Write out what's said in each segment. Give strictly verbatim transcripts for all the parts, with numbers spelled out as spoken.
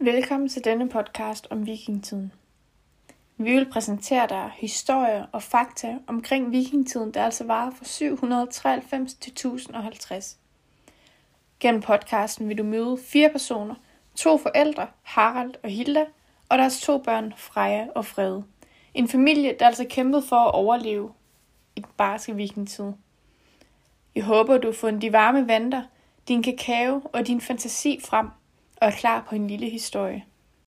Velkommen til denne podcast om vikingetiden. Vi vil præsentere dig historier og fakta omkring vikingetiden, der altså varer fra syv hundrede treoghalvfems til tusind og halvtreds. Gennem podcasten vil du møde fire personer, to forældre, Harald og Hilda, og deres to børn, Freja og Frede. En familie, der altså kæmpede for at overleve i den barske vikingetid. Jeg håber, du har fundet de varme vanter, din kakao og din fantasi frem, og er klar på en lille historie.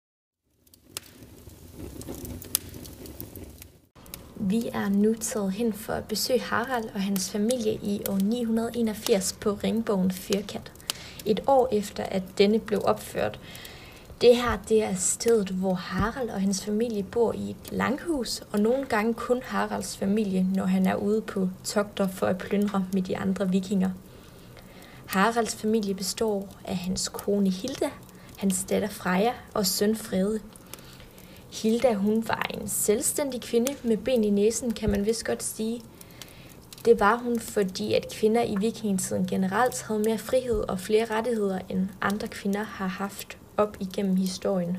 Vi er nu taget hen for at besøge Harald og hans familie i år ni hundrede enogfirs på ringbogen Fyrkat. Et år efter, at denne blev opført. Det her det er stedet, hvor Harald og hans familie bor i et langhus, og nogle gange kun Haralds familie, når han er ude på togter for at plyndre med de andre vikinger. Haralds familie består af hans kone Hilda, hans datter Freja og søn Frede. Hilda, hun var en selvstændig kvinde med ben i næsen, kan man vist godt sige. Det var hun, fordi at kvinder i vikingetiden generelt havde mere frihed og flere rettigheder, end andre kvinder har haft op igennem historien.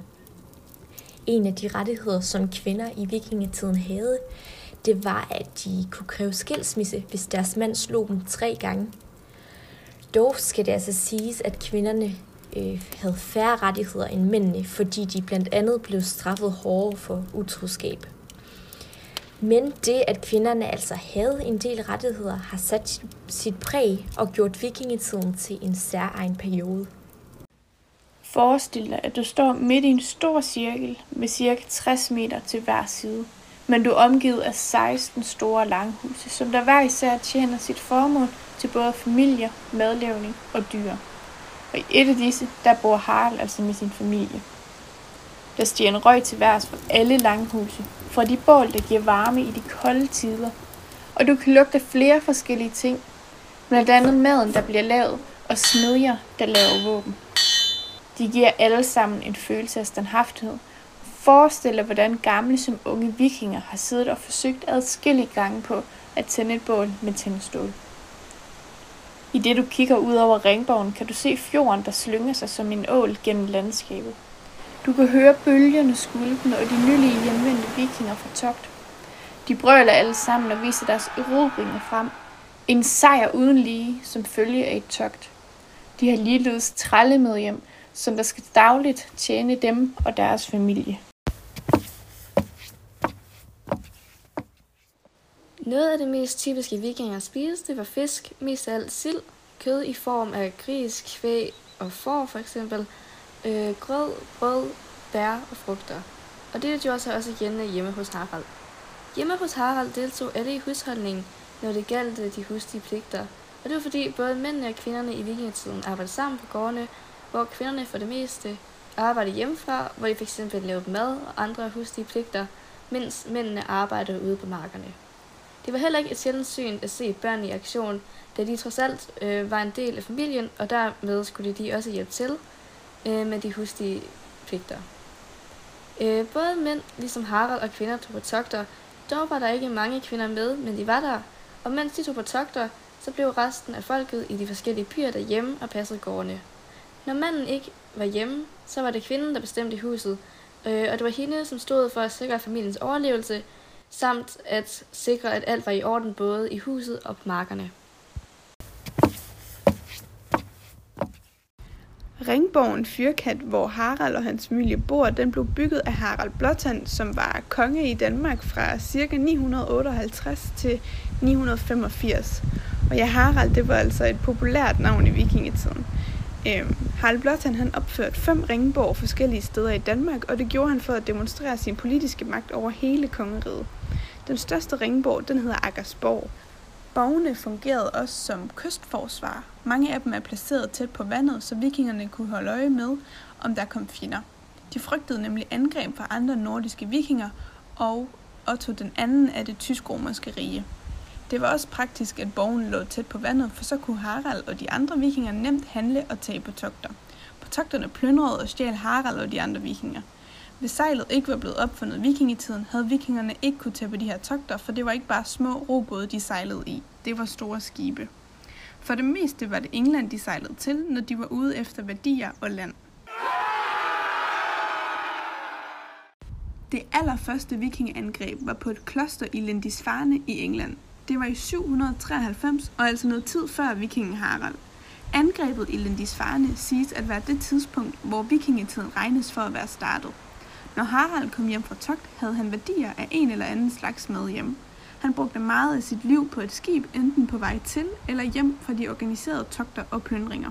En af de rettigheder, som kvinder i vikingetiden havde, det var, at de kunne kræve skilsmisse, hvis deres mand slog dem tre gange. Dog skal det altså siges, at kvinderne øh, havde færre rettigheder end mændene, fordi de blandt andet blev straffet hårdere for utroskab. Men det, at kvinderne altså havde en del rettigheder, har sat sit præg og gjort vikingetiden til en særegen periode. Forestil dig, at du står midt i en stor cirkel med cirka tres meter til hver side, men du er omgivet af seksten store langhuse, som der hver især tjener sit formål til både familier, madlavning og dyr. Og i et af disse, der bor Harald altså med sin familie. Der stiger en røg til værs fra alle langhuse, fra de bål, der giver varme i de kolde tider. Og du kan lugte flere forskellige ting, blandt andet maden, der bliver lavet, og smedjer, der laver våben. De giver alle sammen en følelse af standhaftighed. Forestil dig, hvordan gamle som unge vikinger har siddet og forsøgt adskillige gange på at tænde et bål med tændestål. I det du kigger ud over ringbogen, kan du se fjorden, der slynger sig som en ål gennem landskabet. Du kan høre bølgerne skvulpende og de nylige hjemvendte vikinger fra togt. De brøler alle sammen og viser deres erobringer frem. En sejr uden lige, som følge af et togt. De har ligeledes trælle med hjem, som der skal dagligt tjene dem og deres familie. Noget af det mest typiske vikinger spiste var fisk, mest af alt sild, kød i form af gris, kvæg og får for eksempel, øh, grød, brød, bær og frugter. Og det gjorde sig også gældende hjemme hos Harald. Hjemme hos Harald deltog alle i husholdningen, når det galt de huslige pligter. Og det var fordi både mændene og kvinderne i vikingetiden arbejdede sammen på gårdene, hvor kvinderne for det meste arbejdede hjemmefra, hvor de fx lavede mad og andre huslige pligter, mens mændene arbejdede ude på markerne. Det var heller ikke et sjældent syn at se børn i aktion, da de trods alt øh, var en del af familien, og dermed skulle de også hjælpe til øh, med de huslige pligter. Øh, både mænd, ligesom Harald og kvinder, tog på togter. Dog var der ikke mange kvinder med, men de var der, og mens de tog på togter, så blev resten af folket i de forskellige byer derhjemme og passede gårdene. Når manden ikke var hjemme, så var det kvinden, der bestemte i huset, øh, og det var hende, som stod for at sikre familiens overlevelse, samt at sikre, at alt var i orden både i huset og på markerne. Ringborgen Fyrkat, hvor Harald og hans familie bor, den blev bygget af Harald Blåtand, som var konge i Danmark fra ca. ni hundrede otteoghalvtreds til ni hundrede femogfirs. Og ja, Harald, det var altså et populært navn i vikingetiden. Øhm, Harald Blåtand, han opførte fem ringborg forskellige steder i Danmark, og det gjorde han for at demonstrere sin politiske magt over hele kongeriget. Den største ringborg, den hedder Aggersborg. Borgene fungerede også som kystforsvar. Mange af dem er placeret tæt på vandet, så vikingerne kunne holde øje med, om der kom fjender. De frygtede nemlig angreb fra andre nordiske vikinger og Otto den anden af det tysk-romerske rige. Det var også praktisk, at borgen lå tæt på vandet, for så kunne Harald og de andre vikinger nemt handle og tage på togter. På togterne plyndrede og stjal Harald og de andre vikinger. Hvis sejlet ikke var blevet opfundet i vikingetiden, havde vikingerne ikke kunne tage på de her togter, for det var ikke bare små robåde, de sejlede i. Det var store skibe. For det meste var det England, de sejlede til, når de var ude efter værdier og land. Det allerførste vikingeangreb var på et kloster i Lindisfarne i England. Det var i syv hundrede treoghalvfems, og altså noget tid før vikingen Harald. Angrebet i Lindisfarne siges at være det tidspunkt, hvor vikingetiden regnes for at være startet. Når Harald kom hjem fra togt, havde han værdier af en eller anden slags med hjem. Han brugte meget af sit liv på et skib, enten på vej til eller hjem fra de organiserede togter og plyndringer.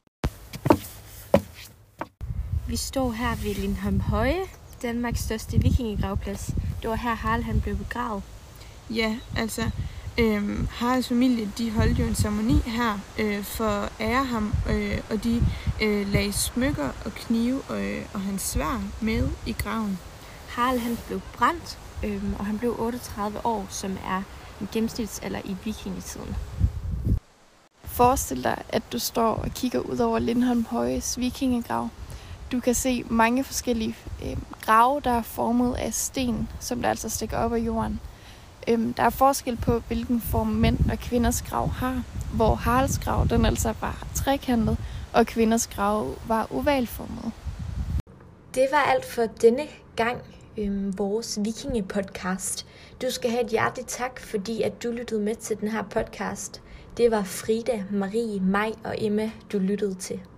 Vi står her ved Lindholm Høje, Danmarks største vikingegravplads. Det var her Harald han blev begravet. Ja, altså øhm, Haralds familie de holdt jo en ceremoni her øh, for at ære ham, øh, og de øh, lagde smykker og knive øh, og hans sværd med i graven. Harald han blev brændt, øh, og han blev otteogtredive år, som er en gennemsnitsalder i vikingetiden. Forestil dig, at du står og kigger ud over Lindholm Højes vikingegrav. Du kan se mange forskellige øh, grave, der er formet af sten, som der altså stikker op af jorden. Øhm, der er forskel på, hvilken form mænd og kvinders grav har, hvor Haralds grav den altså var trekantet, og kvinders grav var ovalformet. Det var alt for denne gang, øhm, vores vikingepodcast. Du skal have et hjerteligt tak, fordi at du lyttede med til den her podcast. Det var Frida, Marie, mig og Emma, du lyttede til.